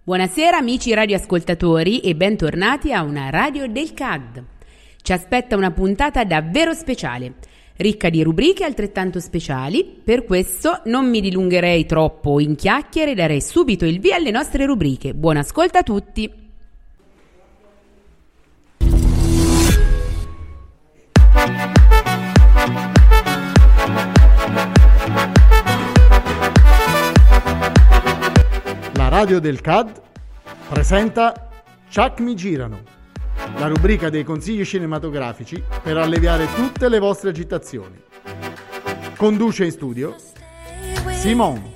Buonasera amici radioascoltatori e bentornati a una radio del CAD. Ci aspetta una puntata davvero speciale, ricca di rubriche altrettanto speciali. Per questo non mi dilungherei troppo in chiacchiere e darei subito il via alle nostre rubriche. Buon ascolto a tutti! La radio del CAD presenta Ciak mi girano, la rubrica dei consigli cinematografici per alleviare tutte le vostre agitazioni. Conduce in studio Simone.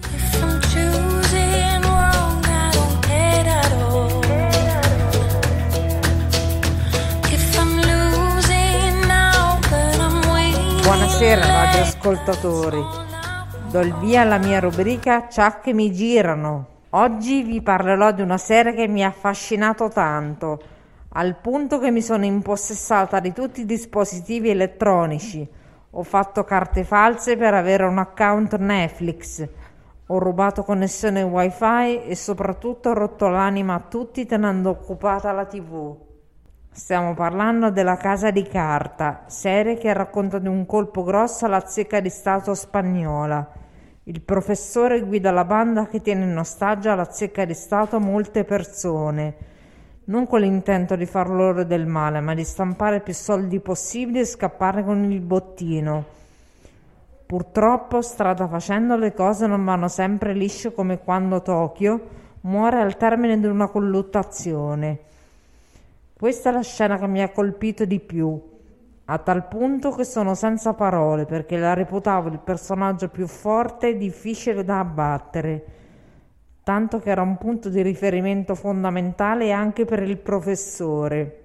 Buonasera radioascoltatori, do il via alla mia rubrica Ciak mi girano. Oggi vi parlerò di una serie che mi ha affascinato tanto, al punto che mi sono impossessata di tutti i dispositivi elettronici. Ho fatto carte false per avere un account Netflix, ho rubato connessione wifi e soprattutto ho rotto l'anima a tutti tenendo occupata la TV. Stiamo parlando della Casa di Carta, serie che racconta di un colpo grosso alla zecca di Stato spagnola. Il professore guida la banda che tiene in ostaggio alla zecca di Stato molte persone, non con l'intento di far loro del male, ma di stampare più soldi possibili e scappare con il bottino. Purtroppo, strada facendo, le cose non vanno sempre lisce, come quando Tokyo muore al termine di una colluttazione. Questa è la scena che mi ha colpito di più, a tal punto che sono senza parole, perché la reputavo il personaggio più forte e difficile da abbattere, tanto che era un punto di riferimento fondamentale anche per il professore.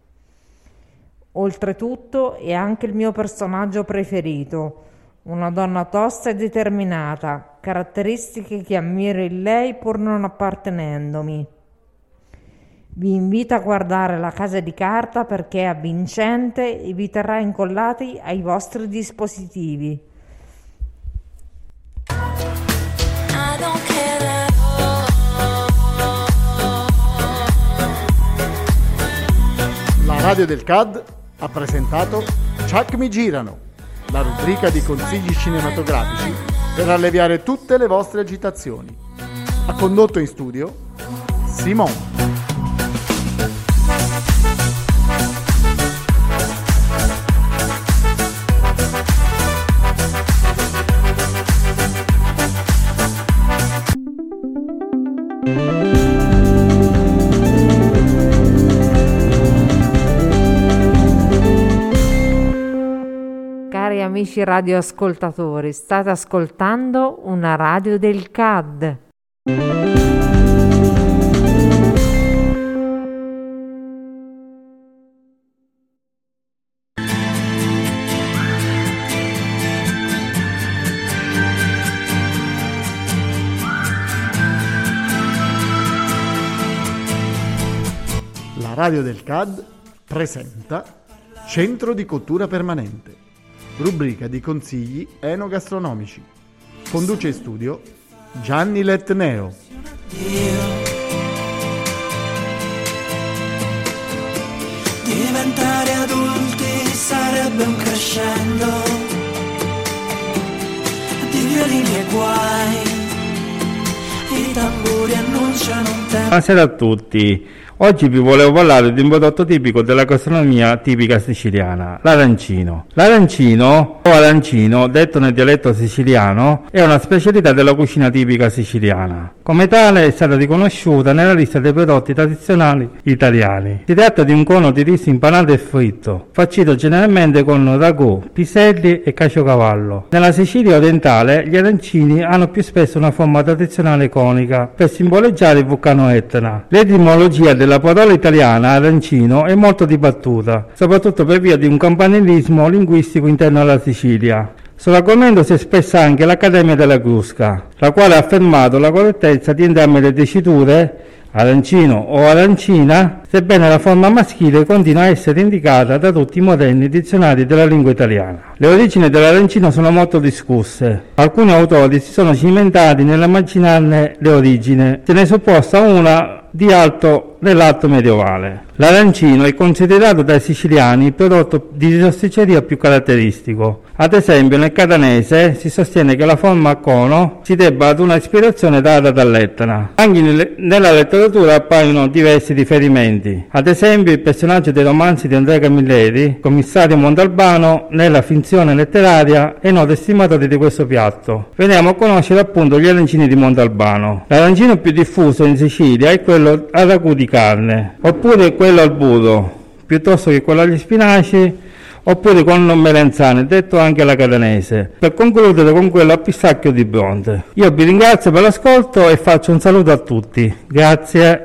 Oltretutto è anche il mio personaggio preferito, una donna tosta e determinata, caratteristiche che ammiro in lei pur non appartenendomi. Vi invito a guardare La Casa di Carta perché è avvincente e vi terrà incollati ai vostri dispositivi. La radio del CAD ha presentato Ciak mi girano, la rubrica di consigli cinematografici per alleviare tutte le vostre agitazioni. Ha condotto in studio Simone. Cari amici radioascoltatori, state ascoltando una radio del CAD. La radio del CAD presenta Centro di Cottura Permanente, rubrica di consigli enogastronomici. Conduce in studio Gianni Letneo. Diventare adulti sarebbe un crescendo di violini e guai, i tamburi annunciano un tempo. Buonasera a tutti. Oggi vi volevo parlare di un prodotto tipico della gastronomia tipica siciliana, l'arancino. L'arancino, o arancino, detto nel dialetto siciliano, è una specialità della cucina tipica siciliana. Come tale è stata riconosciuta nella lista dei prodotti tradizionali italiani. Si tratta di un cono di riso impanato e fritto, farcito generalmente con ragù, piselli e caciocavallo. Nella Sicilia orientale gli arancini hanno più spesso una forma tradizionale conica per simboleggiare il vulcano Etna. L'etimologia della parola italiana arancino è molto dibattuta, soprattutto per via di un campanilismo linguistico interno alla Sicilia. Sull'argomento si è espressa anche l'Accademia della Crusca, la quale ha affermato la correttezza di entrambe le diciture, arancino o arancina, sebbene la forma maschile continua a essere indicata da tutti i moderni dizionari della lingua italiana. Le origini dell'arancino sono molto discusse. Alcuni autori si sono cimentati nell'immaginarne le origini. Se ne è supposta una nell'alto medievale. L'arancino è considerato dai siciliani il prodotto di rosticceria più caratteristico. Ad esempio, nel catanese si sostiene che la forma a cono si debba ad una ispirazione data dall'Etna. Anche nella letteratura appaiono diversi riferimenti. Ad esempio, il personaggio dei romanzi di Andrea Camilleri, commissario Montalbano, nella finzione letteraria, è noto estimatore di questo piatto. Veniamo a conoscere appunto gli arancini di Montalbano. L'arancino più diffuso in Sicilia è quello a ragù di carne, oppure quello al burro, piuttosto che quello agli spinaci, oppure con melenzane, detto anche alla catanese, per concludere con quello a pistacchio di bronze. Io vi ringrazio per l'ascolto e faccio un saluto a tutti. Grazie.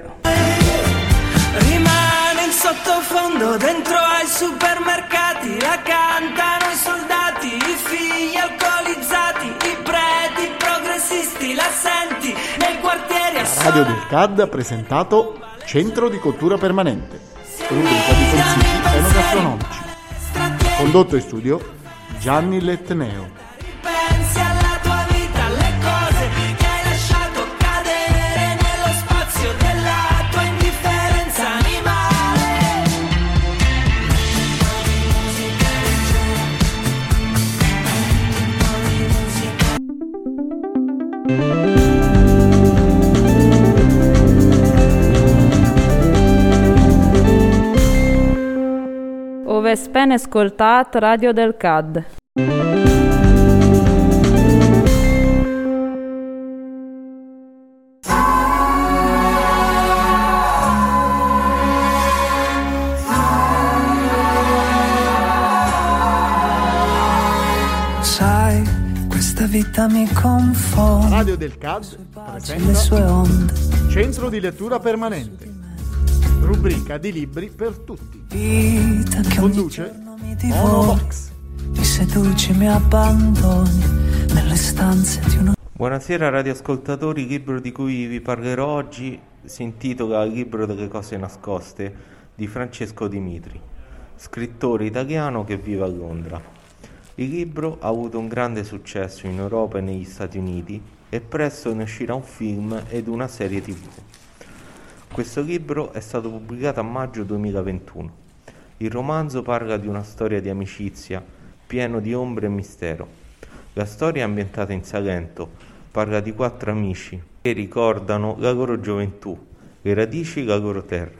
Rimane in sottofondo dentro ai supermercati, la cantano i soldati, i figli alcolizzati, i preti progressisti, la senti nei quartieri Radio del CAD ha presentato Centro di Cultura Permanente, rubrica di consigli enogastronomici. Condotto in studio Gianni Letneo. Pensi alla tua vita, alle cose che hai lasciato cadere nello spazio della tua indifferenza animale. Ove spene ascoltat Radio del CAD. Sai, questa vita mi confonde. Radio del CAD Le presenta sue onde. Centro di Lettura Permanente, rubrica di libri per tutti. Vita che ogni Conduce giorno mi Ono divori, Vox. mi seduci, mi abbandoni nelle stanze di uno. Buonasera radioascoltatori, il libro di cui vi parlerò oggi si intitola Il libro delle cose nascoste di Francesco Dimitri, scrittore italiano che vive a Londra. Il libro ha avuto un grande successo in Europa e negli Stati Uniti e presto ne uscirà un film ed una serie TV. Questo libro è stato pubblicato a maggio 2021. Il romanzo parla di una storia di amicizia, pieno di ombre e mistero. La storia è ambientata in Salento, parla di 4 amici che ricordano la loro gioventù, le radici e la loro terra.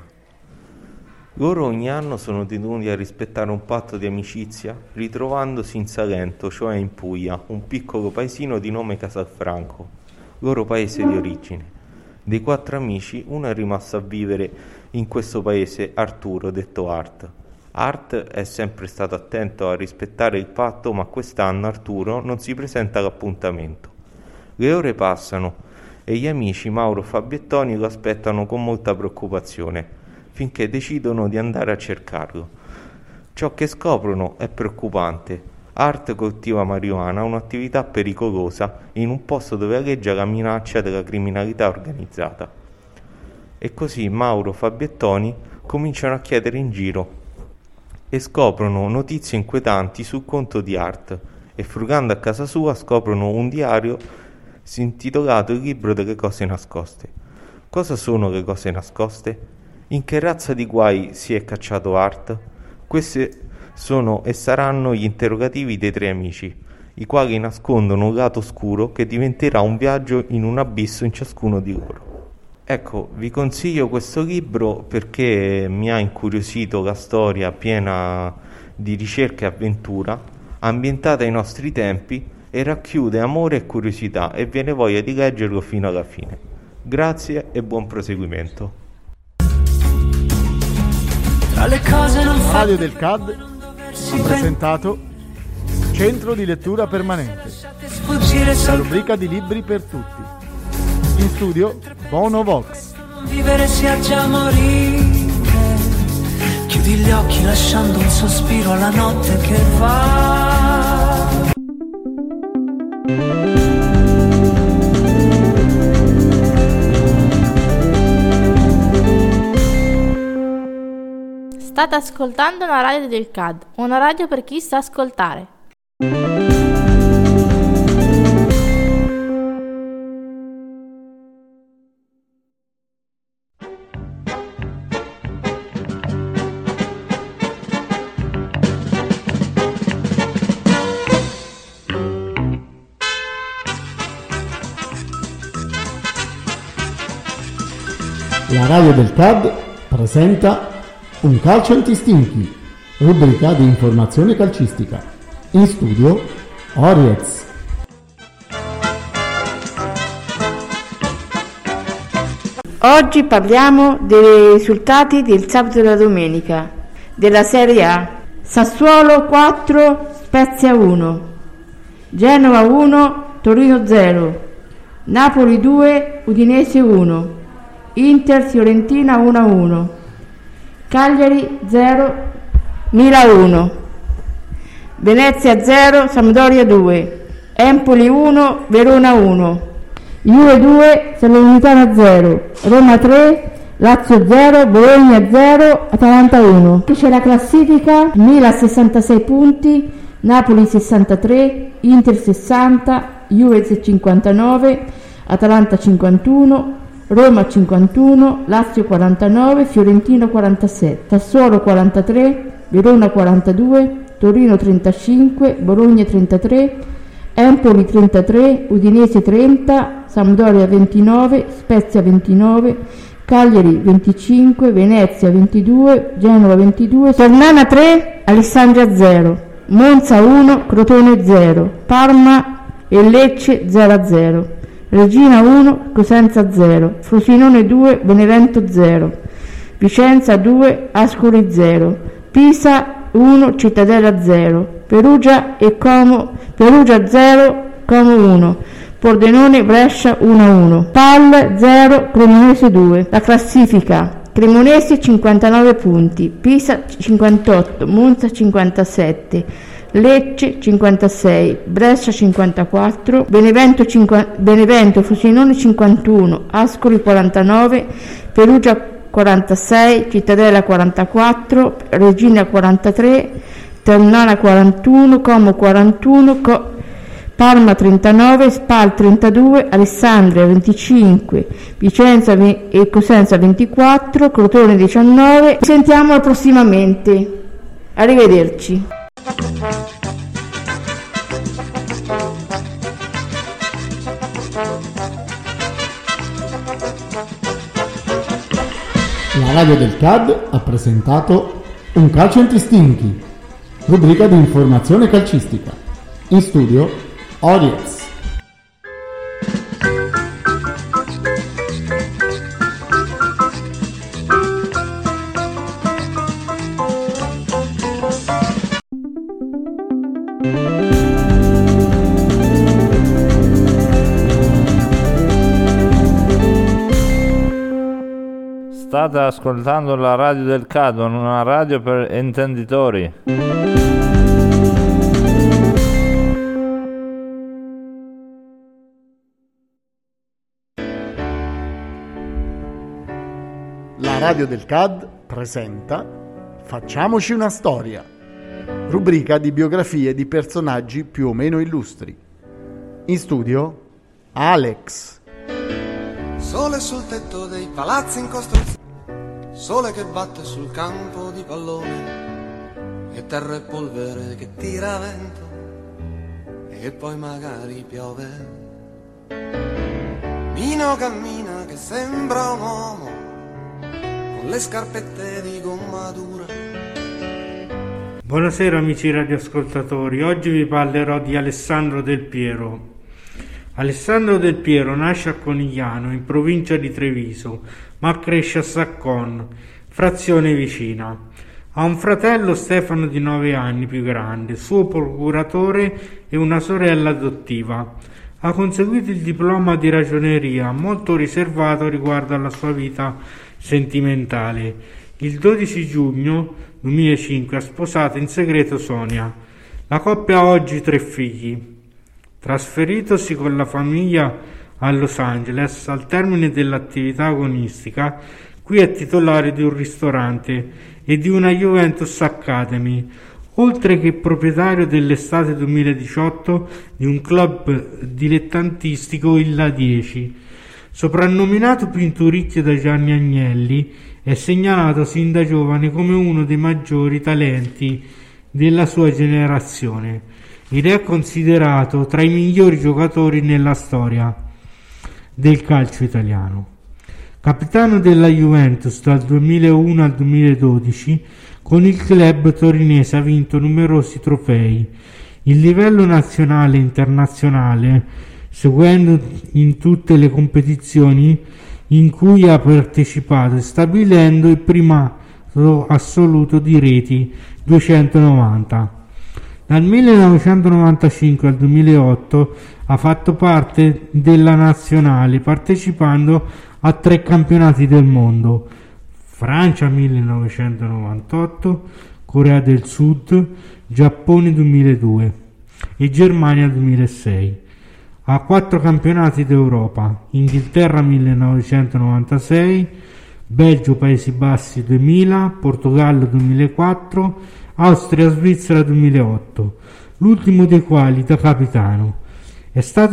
Loro ogni anno sono tenuti a rispettare un patto di amicizia, ritrovandosi in Salento, cioè in Puglia, un piccolo paesino di nome Casalfranco, loro paese di origine. Dei 4 amici, uno è rimasto a vivere in questo paese, Arturo, detto Art. Art è sempre stato attento a rispettare il patto, ma quest'anno Arturo non si presenta all'appuntamento. Le ore passano e gli amici Mauro e Fabiettoni lo aspettano con molta preoccupazione, finché decidono di andare a cercarlo. Ciò che scoprono è preoccupante. Art coltiva marijuana, un'attività pericolosa in un posto dove aleggia la minaccia della criminalità organizzata. E così Mauro e Fabiettoni cominciano a chiedere in giro e scoprono notizie inquietanti sul conto di Art e frugando a casa sua scoprono un diario intitolato Il libro delle cose nascoste. Cosa sono le cose nascoste? In che razza di guai si è cacciato Art? Queste sono e saranno gli interrogativi dei 3 amici, i quali nascondono un lato oscuro che diventerà un viaggio in un abisso in ciascuno di loro. Ecco, vi consiglio questo libro perché mi ha incuriosito la storia piena di ricerca e avventura, ambientata ai nostri tempi e racchiude amore e curiosità e viene voglia di leggerlo fino alla fine. Grazie e buon proseguimento. Tra le cose non Radio del CAD ha presentato Centro di Lettura Permanente, sfuggire la solo rubrica di libri per tutti. In studio Ono Vox. vivere sia già morire. Chiudi gli occhi lasciando un sospiro alla notte che va. State ascoltando una radio del CAD, una radio per chi sa ascoltare. La radio del CAD presenta Un calcio antistinchi, rubrica di informazione calcistica. In studio Oriez. Oggi parliamo dei risultati del sabato e della domenica della Serie A. Sassuolo 4, Spezia 1, Genova 1, Torino 0, Napoli 2, Udinese 1, Inter Fiorentina 1-1, Cagliari 0, Milan 1, Venezia 0, Sampdoria 2, Empoli 1, Verona 1, Juve 2, Salernitana 0, Roma 3, Lazio 0, Bologna 0, Atalanta 1. C'è la classifica: Milan 66 punti, Napoli 63, Inter 60, Juve 59, Atalanta 51, Roma 51, Lazio 49, Fiorentina 47, Sassuolo 43, Verona 42, Torino 35, Bologna 33, Empoli 33, Udinese 30, Sampdoria 29, Spezia 29, Cagliari 25, Venezia 22, Genova 22, Ternana 3, Alessandria 0, Monza 1, Crotone 0, Parma e Lecce 0-0. Regina 1, Cosenza 0, Frosinone 2, Benevento 0, Vicenza 2, Ascoli 0, Pisa 1, Cittadella 0, Perugia 0, Como 1, Pordenone Brescia 1-1, Pal 0, Cremonese 2. La classifica: Cremonese 59 punti, Pisa 58, Monza 57, Lecce 56, Brescia 54, Benevento Frosinone 51, Ascoli 49, Perugia 46, Cittadella 44, Regina 43, Ternana 41, Como 41, Parma 39, Spal 32, Alessandria 25, Vicenza e Cosenza 24, Crotone 19. Ci sentiamo prossimamente. Arrivederci. La radio del CAD ha presentato Un calcio antistinchi, rubrica di informazione calcistica. In studio Oriez. State ascoltando la radio del CAD, una radio per intenditori. La radio del CAD presenta Facciamoci una storia, rubrica di biografie di personaggi più o meno illustri. In studio Alex. Sole sul tetto dei palazzi in costruzione, sole che batte sul campo di pallone, e terra e polvere che tira vento, e poi magari piove. Mino cammina che sembra un uomo, con le scarpette di gomma dura. Buonasera amici radioascoltatori, oggi vi parlerò di Alessandro Del Piero. Alessandro Del Piero nasce a Conigliano, in provincia di Treviso, ma cresce a Saccon, frazione vicina. Ha un fratello, Stefano, di 9 anni più grande, suo procuratore, e una sorella adottiva. Ha conseguito il diploma di ragioneria, molto riservato riguardo alla sua vita sentimentale. Il 12 giugno 2005 ha sposato in segreto Sonia. La coppia ha oggi 3 figli. Trasferitosi con la famiglia a Los Angeles, al termine dell'attività agonistica, qui è titolare di un ristorante e di una Juventus Academy, oltre che proprietario dell'estate 2018 di un club dilettantistico, il La 10. Soprannominato Pinturicchio da Gianni Agnelli, è segnalato sin da giovane come uno dei maggiori talenti della sua generazione ed è considerato tra i migliori giocatori nella storia del calcio italiano. Capitano della Juventus dal 2001 al 2012, con il club torinese ha vinto numerosi trofei. Il livello nazionale e internazionale, seguendo in tutte le competizioni in cui ha partecipato e stabilendo il primato assoluto di reti, 290. Dal 1995 al 2008 ha fatto parte della nazionale partecipando a 3 campionati del mondo: Francia 1998, Corea del Sud, Giappone 2002 e Germania 2006. A 4 campionati d'Europa: Inghilterra 1996, Belgio Paesi Bassi 2000, Portogallo 2004, Austria Svizzera 2008, l'ultimo dei quali da capitano. È stato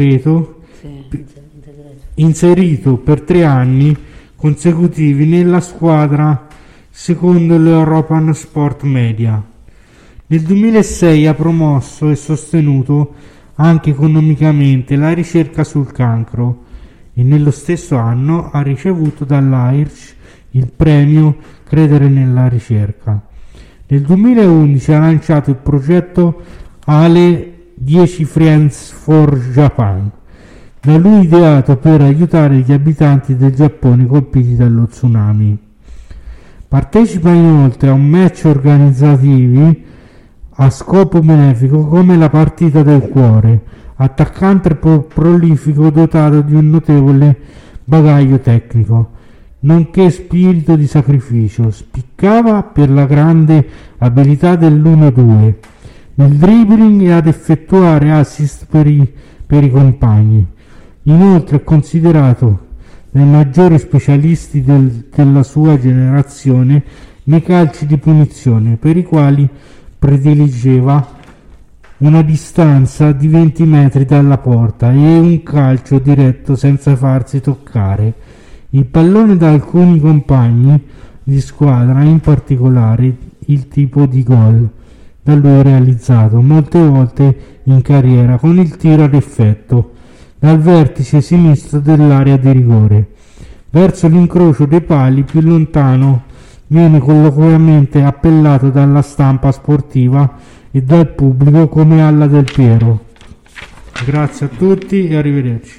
inserito per 3 anni consecutivi nella squadra secondo l'European Sport Media. Nel 2006 ha promosso e sostenuto anche economicamente la ricerca sul cancro e nello stesso anno ha ricevuto dall'AIRC il premio Credere nella ricerca. Nel 2011 ha lanciato il progetto ALE 10 Friends for Japan, da lui ideato per aiutare gli abitanti del Giappone colpiti dallo tsunami. Partecipa inoltre a un match organizzativi a scopo benefico come la Partita del Cuore, attaccante prolifico dotato di un notevole bagaglio tecnico, nonché spirito di sacrificio. Spiccava per la grande abilità dell'1-2, nel dribbling e ad effettuare assist per i compagni. Inoltre è considerato dai maggiori specialisti della sua generazione nei calci di punizione, per i quali prediligeva una distanza di 20 metri dalla porta e un calcio diretto senza farsi toccare il pallone da alcuni compagni di squadra, in particolare il tipo di gol da lui realizzato molte volte in carriera con il tiro ad effetto dal vertice sinistro dell'area di rigore verso l'incrocio dei pali più lontano. Viene colloquialmente appellato dalla stampa sportiva e dal pubblico come Alla Del Piero. Grazie a tutti e arrivederci.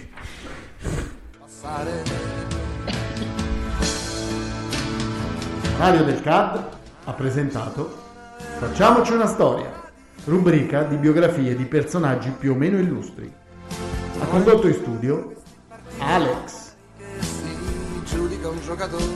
Radio del CAD ha presentato Facciamoci una storia, rubrica di biografie di personaggi più o meno illustri. Ha condotto in studio Alex. Si giudica un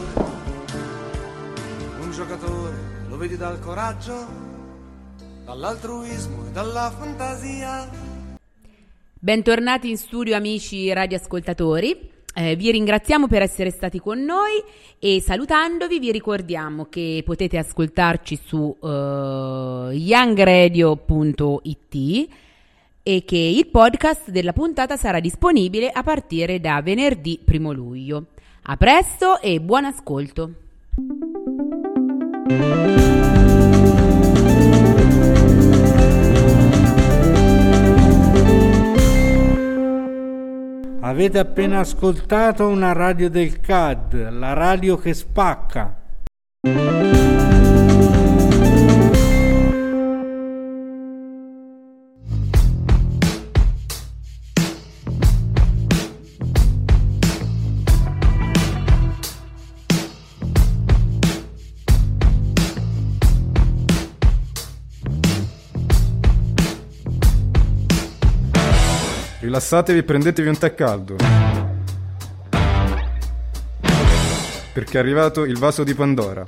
giocatore, lo vedi dal coraggio, dall'altruismo e dalla fantasia. Bentornati in studio amici radioascoltatori. Vi ringraziamo per essere stati con noi e salutandovi vi ricordiamo che potete ascoltarci su youngradio.it e che il podcast della puntata sarà disponibile a partire da venerdì 1 luglio. A presto e buon ascolto. Avete appena ascoltato una radio del CAD, la radio che spacca. Rilassatevi e prendetevi un tè caldo, perché è arrivato il vaso di Pandora.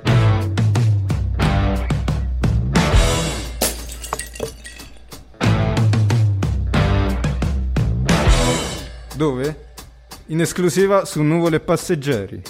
Dove? In esclusiva su Nuvole Passeggeri.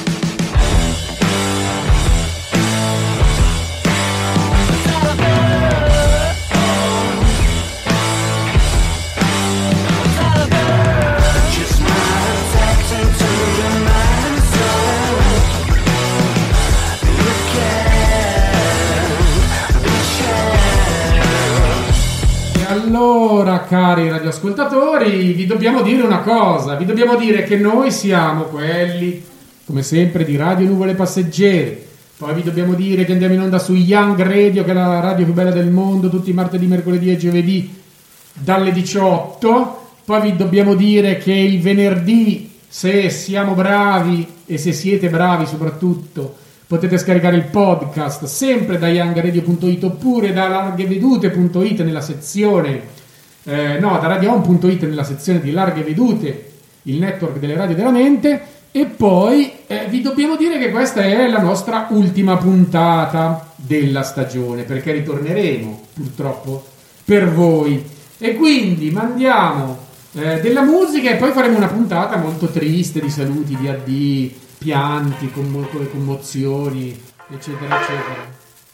Allora, cari radioascoltatori, vi dobbiamo dire una cosa, vi dobbiamo dire che noi siamo quelli, come sempre, di Radio Nuvole Passeggeri. Poi vi dobbiamo dire che andiamo in onda su Young Radio, che è la radio più bella del mondo, tutti i martedì, mercoledì e giovedì dalle 18. Poi vi dobbiamo dire che il venerdì, se siamo bravi e se siete bravi soprattutto, potete scaricare il podcast sempre da youngradio.it oppure da larghevedute.it nella sezione da radioon.it nella sezione di Larghe Vedute, il network delle radio della mente. E poi vi dobbiamo dire che questa è la nostra ultima puntata della stagione, perché ritorneremo purtroppo per voi, e quindi mandiamo della musica e poi faremo una puntata molto triste di saluti, di addii, pianti, commozioni, eccetera eccetera.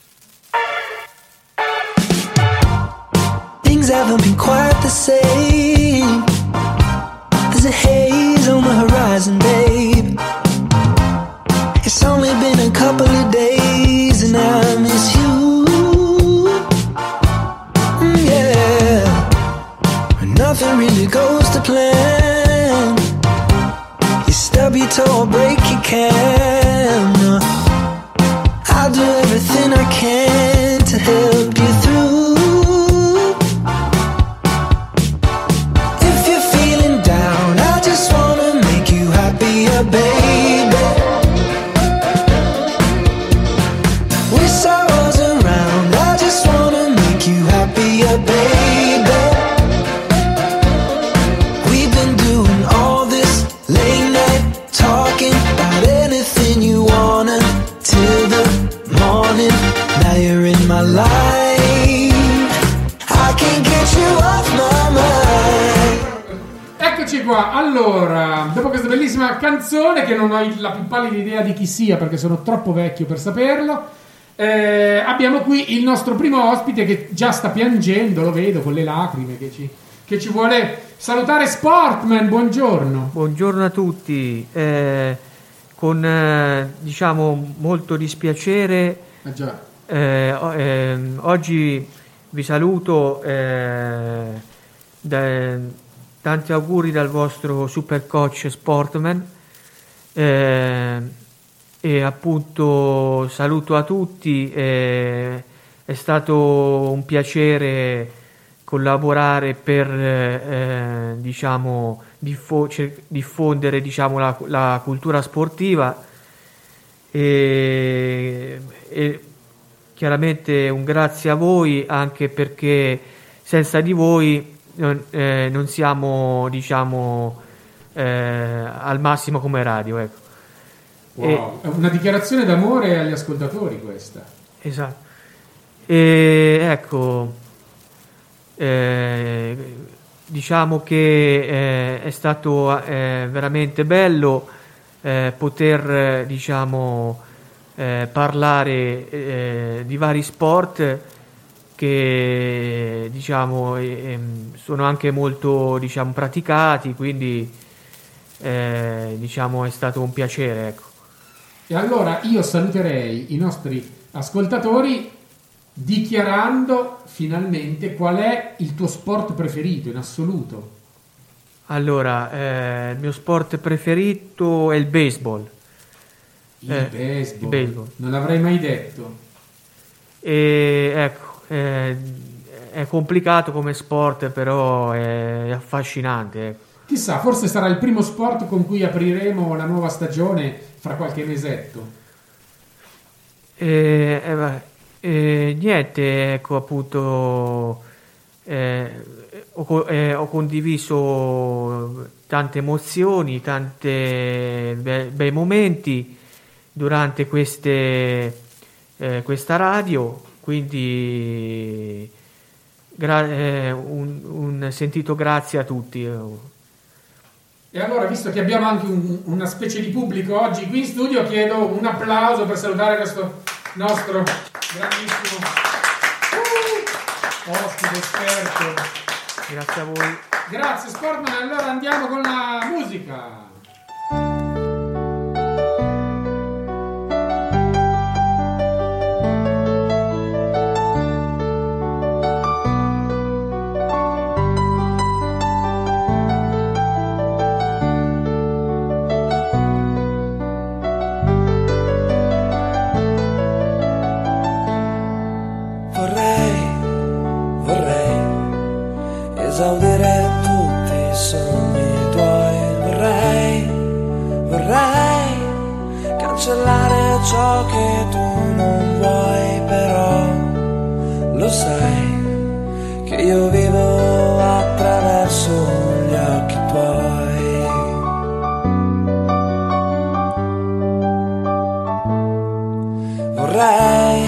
Things haven't been quite the same. There's a haze on the horizon, babe. It's only been a couple of days and I miss you. Yeah, nothing really goes to plan. You stub your toe or break your can. I'll do everything I can to help you through. If you're feeling down, I just wanna make you happier, baby. Wish I was around, I just wanna make you happier, baby. We've been doing all this late night talking about anything you wanna till the morning. Now you're in my life, I can't get you off my mind. Eccoci qua. Allora, dopo questa bellissima canzone, che non ho la più pallida idea di chi sia perché sono troppo vecchio per saperlo, abbiamo qui il nostro primo ospite che già sta piangendo, lo vedo con le lacrime, che ci vuole salutare. Sportman, buongiorno. Buongiorno a tutti. Con diciamo molto dispiacere, oggi vi saluto, tanti auguri dal vostro super coach Sportman, e appunto saluto a tutti. È stato un piacere collaborare per diciamo diffondere diciamo la cultura sportiva, e chiaramente un grazie a voi, anche perché senza di voi non siamo diciamo al massimo come radio, ecco. Wow, è una dichiarazione d'amore agli ascoltatori questa. Esatto. E ecco, diciamo che è stato veramente bello poter diciamo parlare di vari sport che diciamo sono anche molto diciamo praticati, quindi diciamo è stato un piacere, ecco. E allora io saluterei i nostri ascoltatori dichiarando finalmente qual è il tuo sport preferito in assoluto. Allora, il mio sport preferito è il baseball. Il baseball. Non l'avrei mai detto. Ecco, è complicato come sport, però è affascinante, ecco. Chissà, forse sarà il primo sport con cui apriremo la nuova stagione fra qualche mesetto. Niente, ecco, appunto ho condiviso tante emozioni, tanti bei momenti durante questa radio, quindi un sentito grazie a tutti. E allora, visto che abbiamo anche una specie di pubblico oggi qui in studio, chiedo un applauso per salutare questo nostro grandissimo ospite esperto. Grazie a voi. Grazie Sportman, allora andiamo con la musica. Esaudire tutti i sogni tuoi, vorrei cancellare ciò che tu non vuoi, però lo sai che io vivo attraverso gli occhi tuoi. Vorrei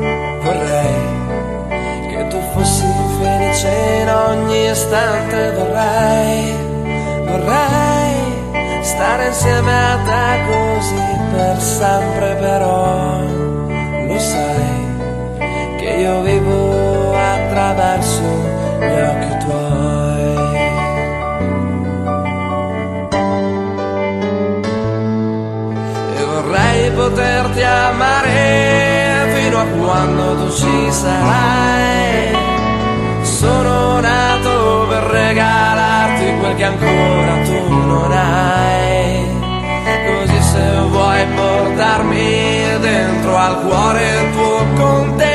che tu fossi felice in ogni istante, vorrei stare insieme a te così per sempre, però lo sai che io vivo attraverso gli occhi tuoi. E vorrei poterti amare fino a quando tu ci sarai. Sono nato per regalarti quel che ancora tu non hai, così se vuoi portarmi dentro al cuore tuo con te.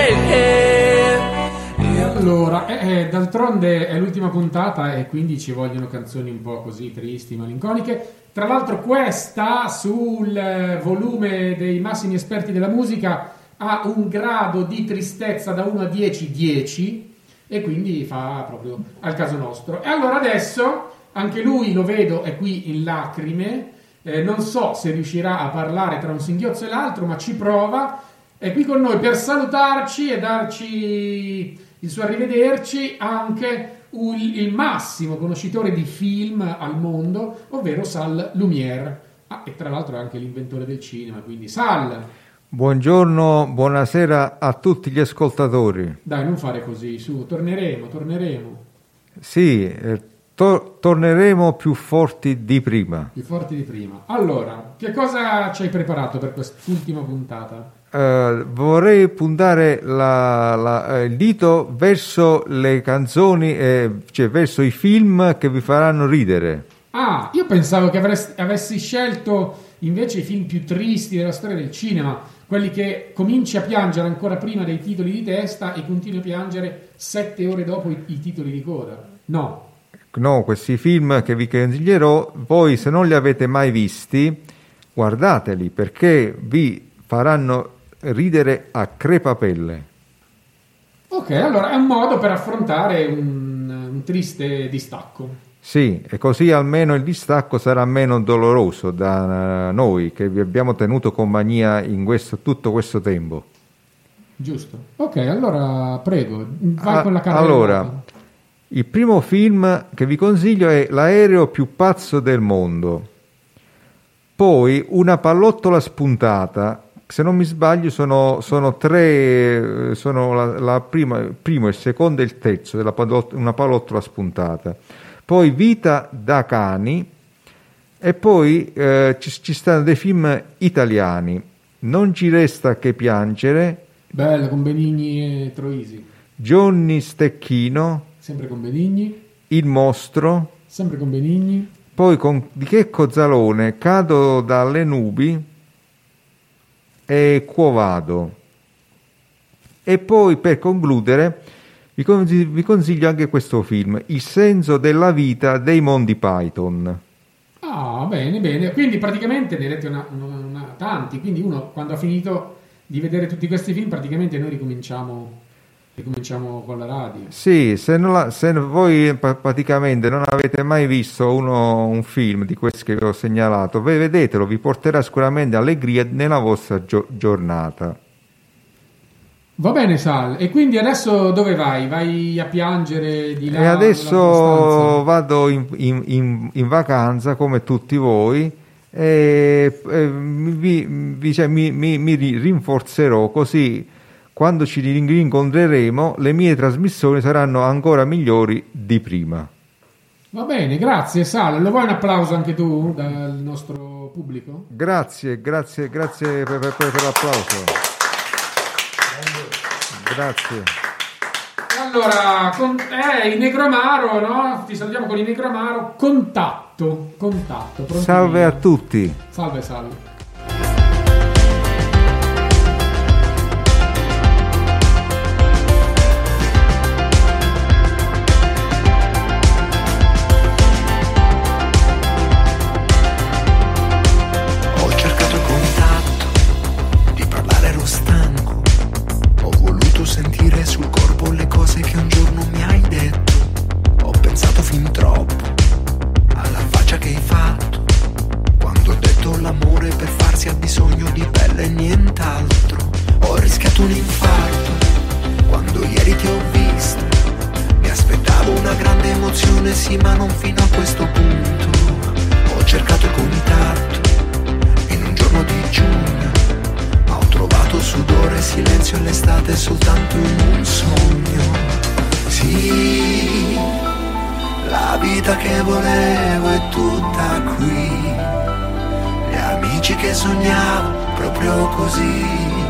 Allora, d'altronde è l'ultima puntata e quindi ci vogliono canzoni un po' così tristi, malinconiche. Tra l'altro questa sul volume dei massimi esperti della musica ha un grado di tristezza da 1 a 10, 10, e quindi fa proprio al caso nostro. E allora adesso anche lui, lo vedo, è qui in lacrime, non so se riuscirà a parlare tra un singhiozzo e l'altro, ma ci prova. È qui con noi per salutarci e darci il suo arrivederci anche il massimo conoscitore di film al mondo, ovvero Sal Lumière. E tra l'altro è anche l'inventore del cinema, quindi Sal. Buongiorno, buonasera a tutti gli ascoltatori. Dai, non fare così, su, torneremo. Sì, torneremo più forti di prima. Più forti di prima. Allora, che cosa ci hai preparato per quest'ultima puntata? Vorrei puntare il dito verso le canzoni, cioè verso i film che vi faranno ridere. Ah, io pensavo che avessi scelto invece i film più tristi della storia del cinema, quelli che cominci a piangere ancora prima dei titoli di testa e continui a piangere 7 ore dopo i titoli di coda. No, questi film che vi consiglierò, voi se non li avete mai visti, guardateli perché vi faranno ridere a crepapelle. Ok, allora è un modo per affrontare un triste distacco. Sì, e così almeno il distacco sarà meno doloroso da noi che vi abbiamo tenuto compagnia in tutto questo tempo. Giusto. Ok, allora prego, vai con la carta. Allora, il primo film che vi consiglio è L'aereo più pazzo del mondo. Poi Una pallottola spuntata. Se non mi sbaglio sono tre, il primo, il secondo e il terzo della Una pallottola spuntata. Poi Vita da cani, e poi ci stanno dei film italiani. Non ci resta che piangere. Bella, con Benigni e Troisi. Johnny Stecchino. Sempre con Benigni. Il mostro. Sempre con Benigni. Poi con Di Checco Zalone, Cado dalle nubi e Quo Vado. E poi per concludere vi consiglio anche questo film, Il senso della vita dei Monty Python. Ah, bene. Quindi praticamente ne avete tanti. Quindi uno, quando ha finito di vedere tutti questi film, praticamente noi ricominciamo con la radio. Sì, se voi praticamente non avete mai visto un film di questi che vi ho segnalato, vedetelo, vi porterà sicuramente allegria nella vostra giornata. Va bene, Sal. E quindi adesso dove vai? Vai a piangere di là? E adesso vado in vacanza come tutti voi e mi rinforzerò, così quando ci rincontreremo le mie trasmissioni saranno ancora migliori di prima. Va bene, grazie Sal. Lo vuoi un applauso anche tu dal nostro pubblico? Grazie per l'applauso. Grazie. Allora, il Negromaro, no? Ti salutiamo con il Negromaro. Contatto. Salve a tutti. Salve. Sentire sul corpo le cose che un giorno mi hai detto. Ho pensato fin troppo alla faccia che hai fatto quando ho detto l'amore per farsi ha bisogno di pelle e nient'altro. Ho rischiato un infarto quando ieri ti ho visto. Mi aspettavo una grande emozione, sì, ma non fino a questo punto. Ho cercato il contatto in un giorno di giugno. Ho trovato sudore, silenzio e l'estate soltanto in un sogno. Sì, la vita che volevo è tutta qui. Gli amici che sognavo proprio così,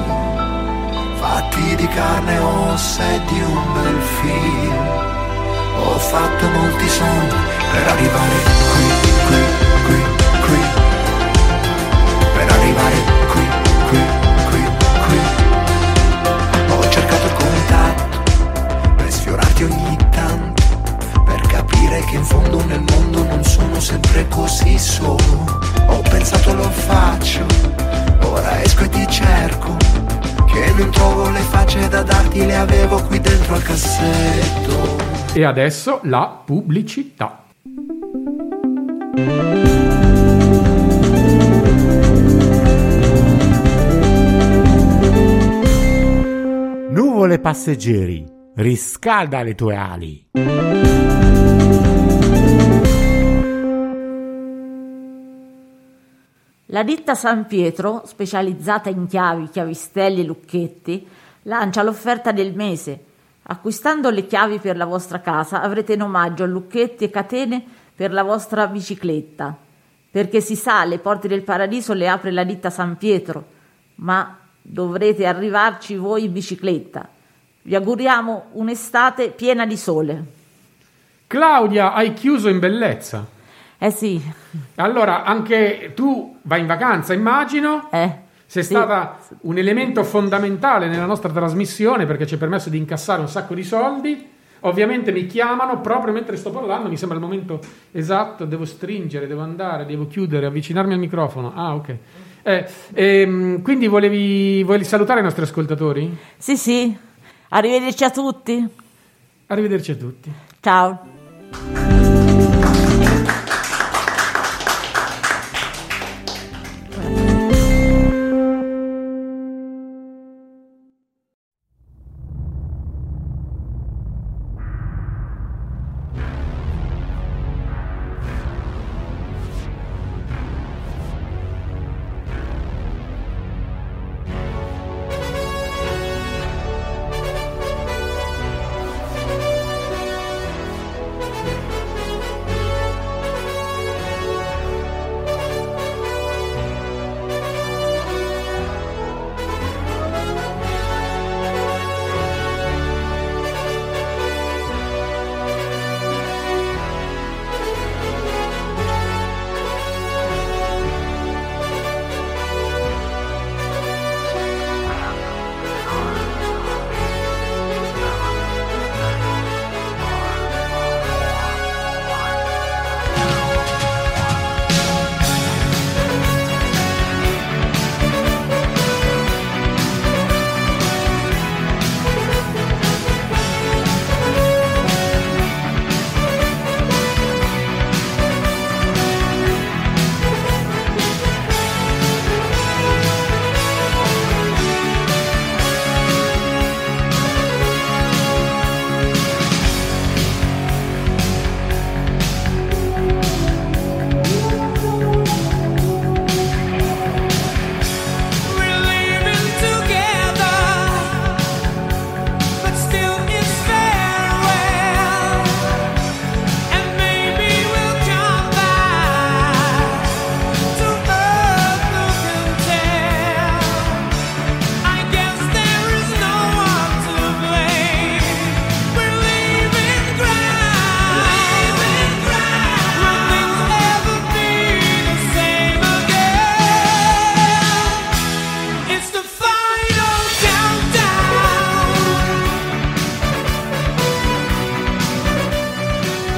fatti di carne e ossa e di un bel film. Ho fatto molti sogni per arrivare qui, per arrivare qui. Ho cercato il contatto per sfiorarti ogni tanto, per capire che in fondo nel mondo non sono sempre così solo. Ho pensato lo faccio, ora esco e ti cerco, che non trovo le facce da darti, le avevo qui dentro al cassetto. E adesso la pubblicità. Nuvole passeggeri, riscalda le tue ali. La ditta San Pietro, specializzata in chiavi, chiavistelli e lucchetti, lancia l'offerta del mese. Acquistando le chiavi per la vostra casa avrete in omaggio lucchetti e catene per la vostra bicicletta. Perché si sa, le porte del paradiso le apre la ditta San Pietro, ma dovrete arrivarci voi in bicicletta. Vi auguriamo un'estate piena di sole. Claudia, hai chiuso in bellezza. Sì. Allora, anche tu vai in vacanza, immagino. Sei stata un elemento fondamentale nella nostra trasmissione perché ci ha permesso di incassare un sacco di soldi. Ovviamente mi chiamano proprio mentre sto parlando, mi sembra il momento esatto, devo stringere, devo andare, devo chiudere, avvicinarmi al microfono. Ah, ok. Quindi volevi salutare i nostri ascoltatori? Sì. Arrivederci a tutti. Arrivederci a tutti. Ciao.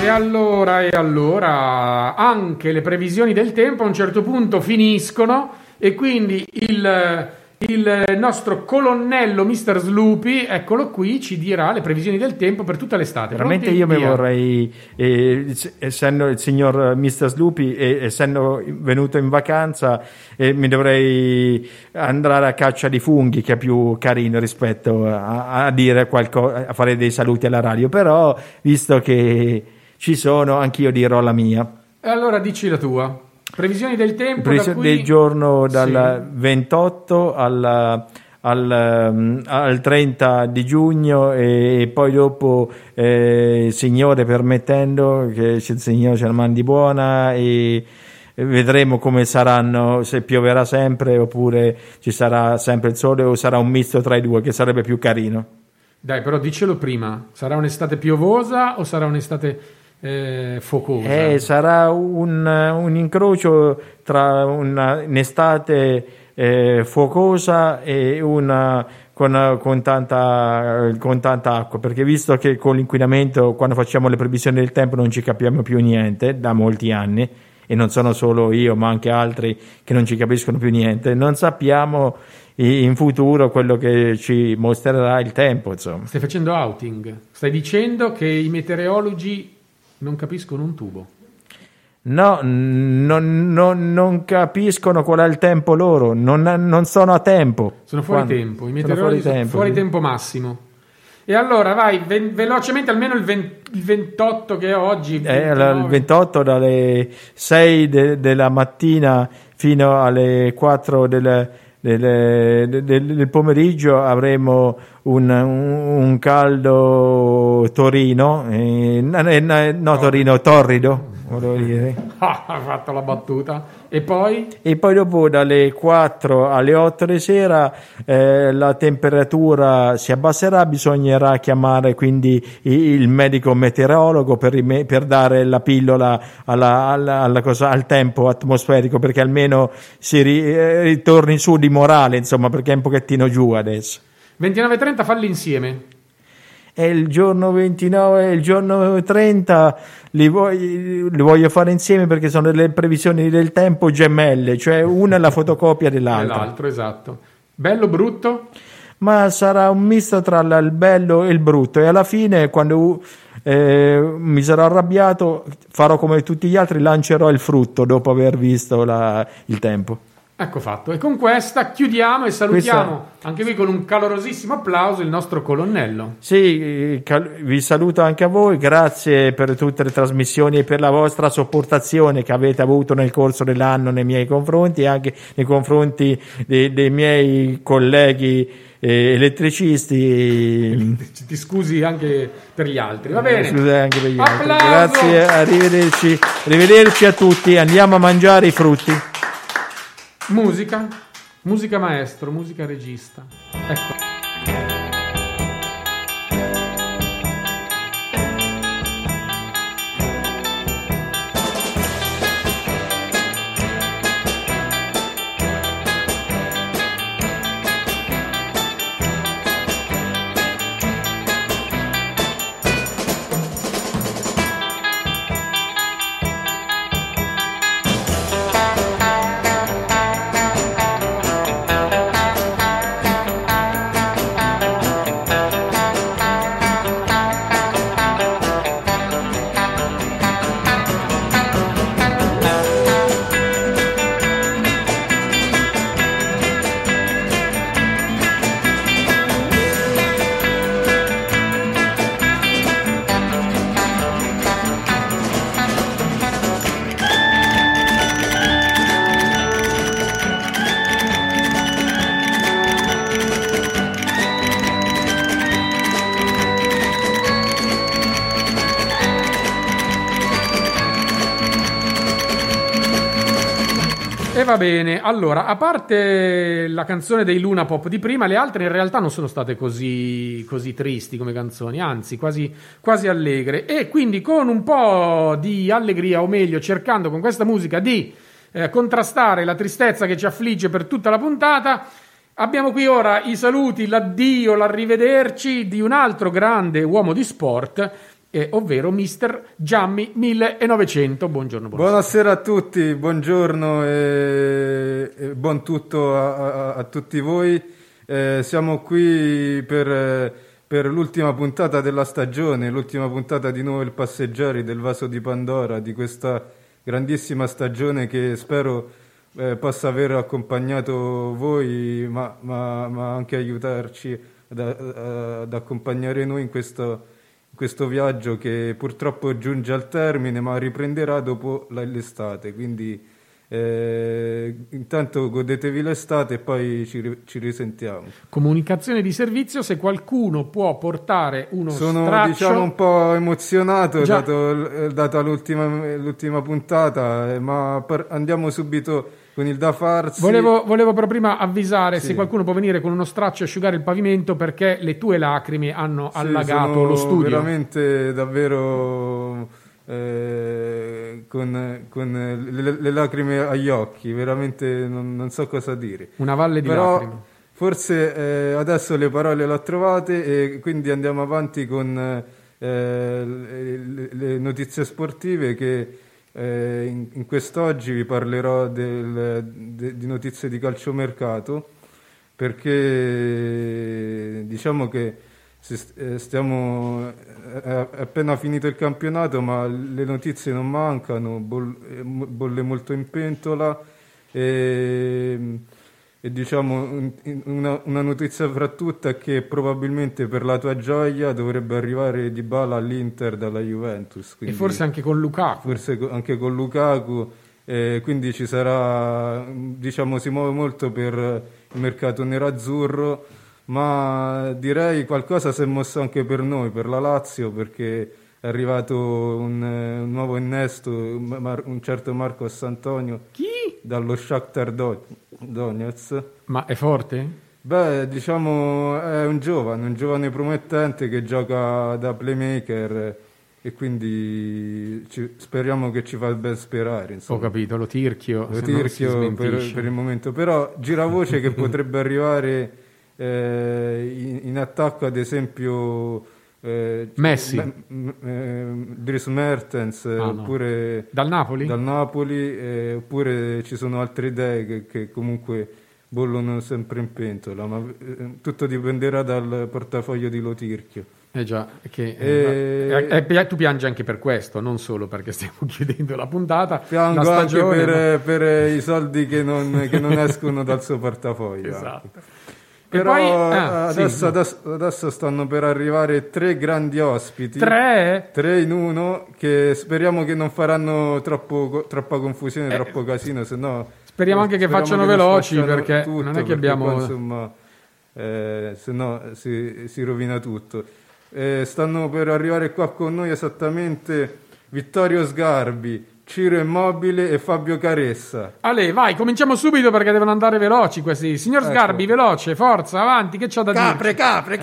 allora, anche le previsioni del tempo a un certo punto finiscono e quindi il nostro colonnello Mr. Sloopy, eccolo qui, ci dirà le previsioni del tempo per tutta l'estate. Veramente Pronti? io mi Via. vorrei, essendo il signor Mr. Sloopy e essendo venuto in vacanza, mi dovrei andare a caccia di funghi, che è più carino rispetto a dire qualcosa, a fare dei saluti alla radio, però visto che ci sono, anch'io dirò la mia. E allora dici la tua. Previsioni del tempo del giorno dal 28 al 30 di giugno e poi dopo, Signore permettendo, che il Signore ce la mandi buona, e vedremo come saranno, se pioverà sempre oppure ci sarà sempre il sole o sarà un misto tra i due, che sarebbe più carino. Dai, però dicelo prima, sarà un'estate piovosa o sarà un'estate focosa? Sarà un incrocio tra un'estate focosa e una con tanta acqua, perché visto che con l'inquinamento, quando facciamo le previsioni del tempo, non ci capiamo più niente da molti anni, e non sono solo io ma anche altri che non ci capiscono più niente, non sappiamo in futuro quello che ci mostrerà il tempo, insomma. Stai facendo outing, stai dicendo che i meteorologi non capiscono un tubo. No, non capiscono qual è il tempo loro, non sono a tempo. Sono fuori tempo, i meteorologi sono fuori tempo massimo. E allora vai, velocemente, almeno il 28 che è oggi. Il 28 dalle 6 della mattina fino alle 4 del pomeriggio avremo un caldo Torino, Torino torrido, volevo dire. Ha fatto la battuta. E poi dopo dalle 4 alle 8 di sera la temperatura si abbasserà, bisognerà chiamare quindi il medico meteorologo per dare la pillola al tempo atmosferico, perché almeno si ritorni su di morale, insomma, perché è un pochettino giù adesso. 29-30 falli insieme. E il giorno 29 e il giorno 30 li voglio fare insieme, perché sono delle previsioni del tempo gemelle, cioè una è la fotocopia dell'altra. L'altro, esatto. Bello, brutto? Ma sarà un misto tra il bello e il brutto, e alla fine, quando mi sarò arrabbiato, farò come tutti gli altri, lancerò il frutto dopo aver visto il tempo. Ecco fatto. E con questa chiudiamo e salutiamo anche qui con un calorosissimo applauso il nostro colonnello. Sì, vi saluto anche a voi, grazie per tutte le trasmissioni e per la vostra sopportazione che avete avuto nel corso dell'anno nei miei confronti e anche nei confronti dei miei colleghi elettricisti. Ti scusi anche per gli altri, va bene? Scusi anche per gli Applauso. altri. Grazie, arrivederci a tutti, andiamo a mangiare i frutti. Musica maestro, musica regista. Ecco. E va bene, allora, a parte la canzone dei Luna Pop di prima, le altre in realtà non sono state così tristi come canzoni, anzi quasi allegre, e quindi con un po' di allegria, o meglio cercando con questa musica di contrastare la tristezza che ci affligge per tutta la puntata, abbiamo qui ora i saluti, l'addio, l'arrivederci di un altro grande uomo di sport ovvero Mister Giammi 1900. Buongiorno. Buonasera a tutti, buongiorno e buon tutto a tutti voi. Siamo qui per l'ultima puntata della stagione, l'ultima puntata di Nuovo il Passeggeri del Vaso di Pandora, di questa grandissima stagione che spero possa aver accompagnato voi, ma anche aiutarci ad accompagnare noi in questo viaggio che purtroppo giunge al termine, ma riprenderà dopo l'estate. Quindi intanto godetevi l'estate e poi ci risentiamo. Comunicazione di servizio: se qualcuno può portare uno sono straccio... diciamo un po' emozionato data l'ultima puntata, ma andiamo subito con il da farsi. Volevo però prima avvisare se qualcuno può venire con uno straccio e asciugare il pavimento, perché le tue lacrime hanno allagato lo studio. Veramente davvero con le lacrime agli occhi, veramente non so cosa dire. Una valle di lacrime. Forse adesso le parole le ho trovate e quindi andiamo avanti con le notizie sportive che in quest'oggi vi parlerò di notizie di calciomercato, perché diciamo che è appena finito il campionato, ma le notizie non mancano, bolle molto in pentola e diciamo una notizia fra tutte è che probabilmente per la tua gioia dovrebbe arrivare Dybala all'Inter dalla Juventus, e forse anche con Lukaku, quindi ci sarà, diciamo, si muove molto per il mercato nerazzurro, ma direi qualcosa si è mosso anche per noi, per la Lazio, perché è arrivato un nuovo innesto, un certo Marcos Antonio. Chi? Dallo Shakhtar Donetsk. Ma è forte? Beh, diciamo è un giovane promettente che gioca da playmaker e quindi speriamo che ci fa ben sperare, insomma. Ho capito, lo tirchio per il momento, però gira voce che potrebbe arrivare in attacco, ad esempio Messi, Dries Mertens, oppure dal Napoli, oppure ci sono altre idee che comunque bollono sempre in pentola, ma tutto dipenderà dal portafoglio di Lotirchio. Già, tu piangi anche per questo, non solo perché stiamo chiudendo la puntata. Piango la stagione, anche per i soldi che non escono dal suo portafoglio. Esatto. Però poi, adesso stanno per arrivare 3 grandi ospiti. 3 in uno, che speriamo che non faranno troppa confusione, troppo casino, se no... Speriamo anche che facciano veloci, perché tutto, non è che abbiamo... Poi, insomma, se no si rovina tutto. Stanno per arrivare qua con noi esattamente Vittorio Sgarbi, Ciro Immobile e Fabio Caressa. Ale, vai, cominciamo subito perché devono andare veloci questi. Signor Sgarbi, veloce, forza, avanti, che c'ha da dire? Capre.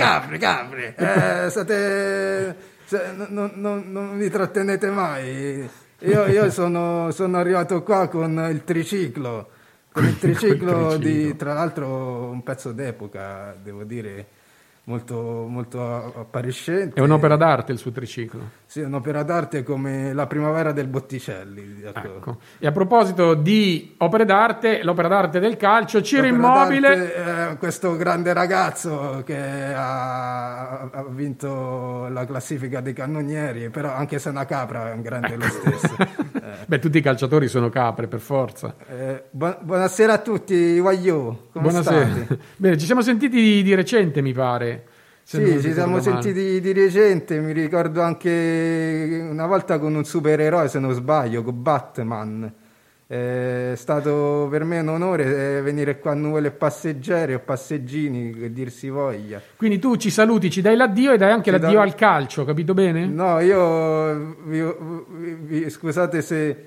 Non vi trattenete mai. Io sono arrivato qua con il triciclo. Tra l'altro un pezzo d'epoca, devo dire, molto appariscente. È un'opera d'arte il suo triciclo. Sì, è un'opera d'arte come la primavera del Botticelli. Ecco. E a proposito di opere d'arte, l'opera d'arte del calcio, Ciro Immobile, questo grande ragazzo che ha vinto la classifica dei cannonieri, però anche se è una capra è un grande lo stesso. Beh, tutti i calciatori sono capre, per forza. Buonasera a tutti, Waglio. Buonasera. State? Bene, ci siamo sentiti di recente, mi pare. Sì, ci siamo sentiti di recente, mi ricordo anche una volta con un supereroe, se non sbaglio, con Batman. È stato per me un onore venire qua a Nuvole Passeggeri o Passeggini, che dir si voglia. Quindi tu ci saluti, ci dai l'addio e dai anche l'addio al calcio, capito bene? No, io scusate se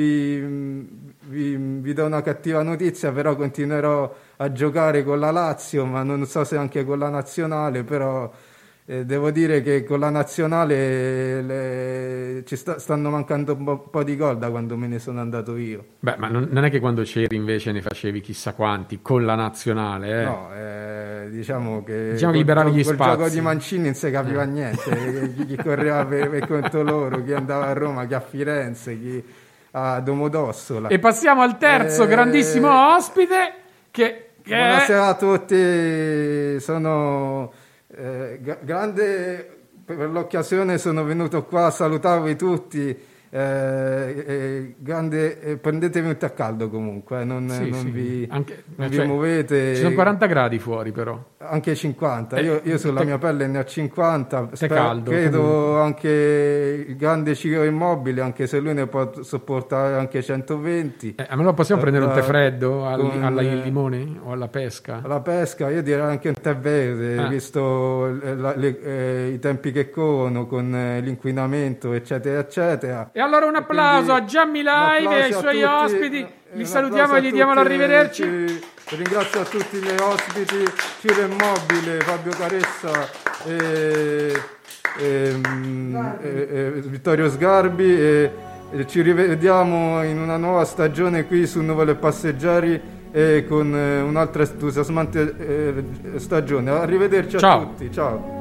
vi do una cattiva notizia, però continuerò a giocare con la Lazio, ma non so se anche con la nazionale, però devo dire che con la nazionale stanno mancando un po' di gol da quando me ne sono andato io. Beh, ma non è che quando c'eri invece ne facevi chissà quanti con la nazionale, No, diciamo che liberavi gli col spazi. gioco di Mancini non si capiva niente, chi correva per conto loro, chi andava a Roma, chi a Firenze, chi a Domodossola. E passiamo al terzo grandissimo ospite che buonasera a tutti, sono grande per l'occasione, sono venuto qua a salutarvi tutti. Grande, prendetevi un tè a caldo comunque, non vi muovete. Ci sono 40 gradi fuori, però anche 50. Io sulla mia pelle ne ho 50. Caldo, credo comunque. Anche il grande Ciro Immobile, anche se lui ne può sopportare anche 120. A me lo possiamo prendere un tè freddo al limone o alla pesca? Alla pesca io direi anche un tè verde, visto i tempi che corrono con l'inquinamento eccetera eccetera. E allora un applauso a Gianni Live e ai suoi ospiti, li salutiamo e gli diamo l'arrivederci. Ringrazio a tutti gli ospiti, Ciro Immobile, Fabio Caressa e Vittorio Sgarbi, e ci rivediamo in una nuova stagione qui su Nuvole Passeggeri e con un'altra entusiasmante stagione. Arrivederci a tutti, ciao.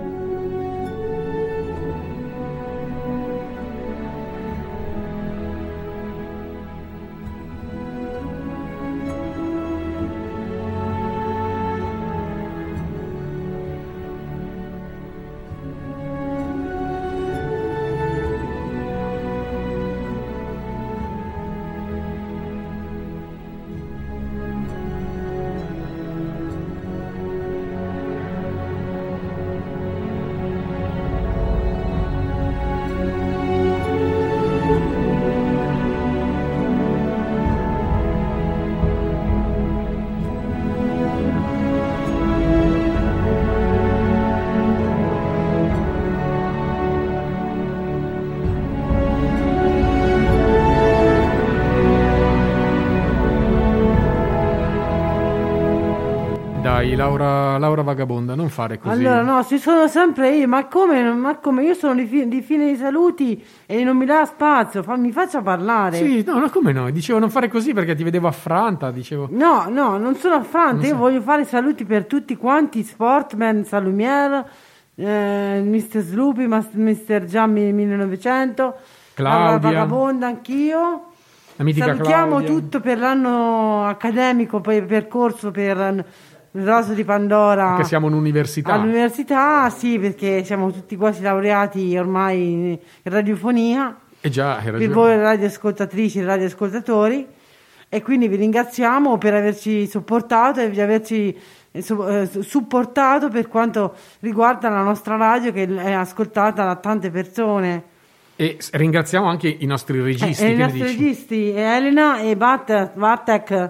Laura Vagabonda, non fare così. Allora no, ci sono sempre io, ma come io sono di fine di saluti e non mi dà spazio, mi faccia parlare. Sì, no, come no? Dicevo non fare così perché ti vedevo affranta, dicevo. No, non sono affranta, io voglio fare saluti per tutti quanti, Sportman, Salumiere, Mr. Sloopy, Mr. Giammi 1900, Claudia, Laura Vagabonda, anch'io. La mitica salutiamo Claudia. tutto per l'anno accademico, poi percorso per il Rosso di Pandora. Che siamo un'università. All'università, sì, perché siamo tutti quasi laureati ormai in radiofonia. Già, hai ragione. Per voi radioascoltatrici e radioascoltatori. E quindi vi ringraziamo per averci sopportato e di averci supportato per quanto riguarda la nostra radio, che è ascoltata da tante persone. E ringraziamo anche i nostri registi. I nostri registi, Elena e Bartek.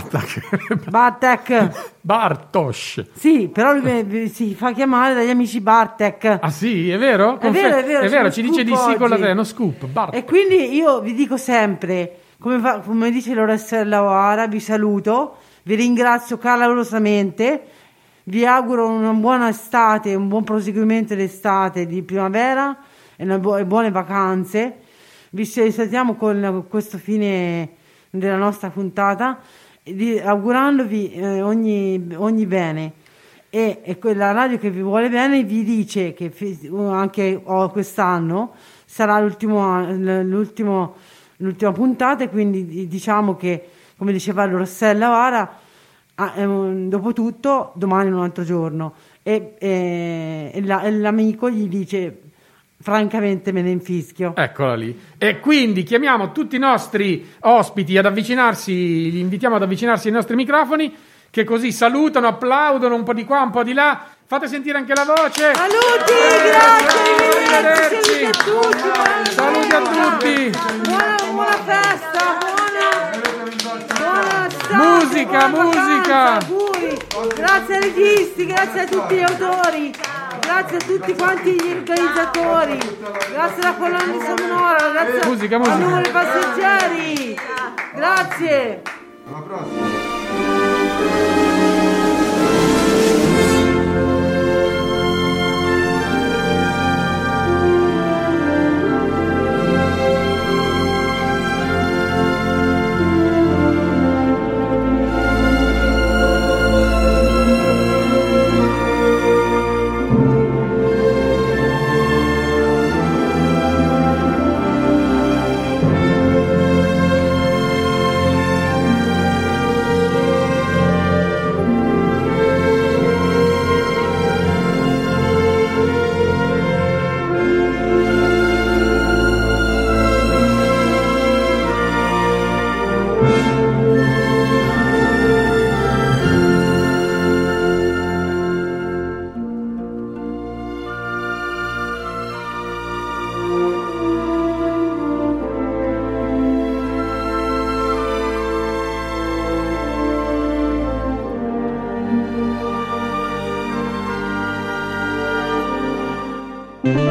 Bartosz. Sì, però lui si fa chiamare dagli amici Bartek. Ah sì, è vero? È vero, ci dice di sì con la te, uno scoop. Bartek. E quindi io vi dico sempre, come dice Loressa O'Hara, vi saluto, vi ringrazio calorosamente, vi auguro una buona estate, un buon proseguimento d'estate, di primavera e buone vacanze. Vi salutiamo con questo fine della nostra puntata, augurandovi ogni bene, e quella radio che vi vuole bene vi dice che anche quest'anno sarà l'ultima puntata, e quindi diciamo che, come diceva Rossella Vara, dopo tutto domani è un altro giorno, e l'amico gli dice: francamente me ne infischio. Eccola lì. E quindi chiamiamo tutti i nostri ospiti ad avvicinarsi, li invitiamo ad avvicinarsi ai nostri microfoni, che così salutano, applaudono un po' di qua, un po' di là. Fate sentire anche la voce. Saluti, grazie. Saluti a tutti. Buona festa, buona musica. Auguri. Grazie ai registi, grazie a tutti gli autori. Grazie a tutti quanti gli organizzatori, grazie alla colonna sonora, grazie a Nuvole Passeggeri, grazie. Alla prossima. Thank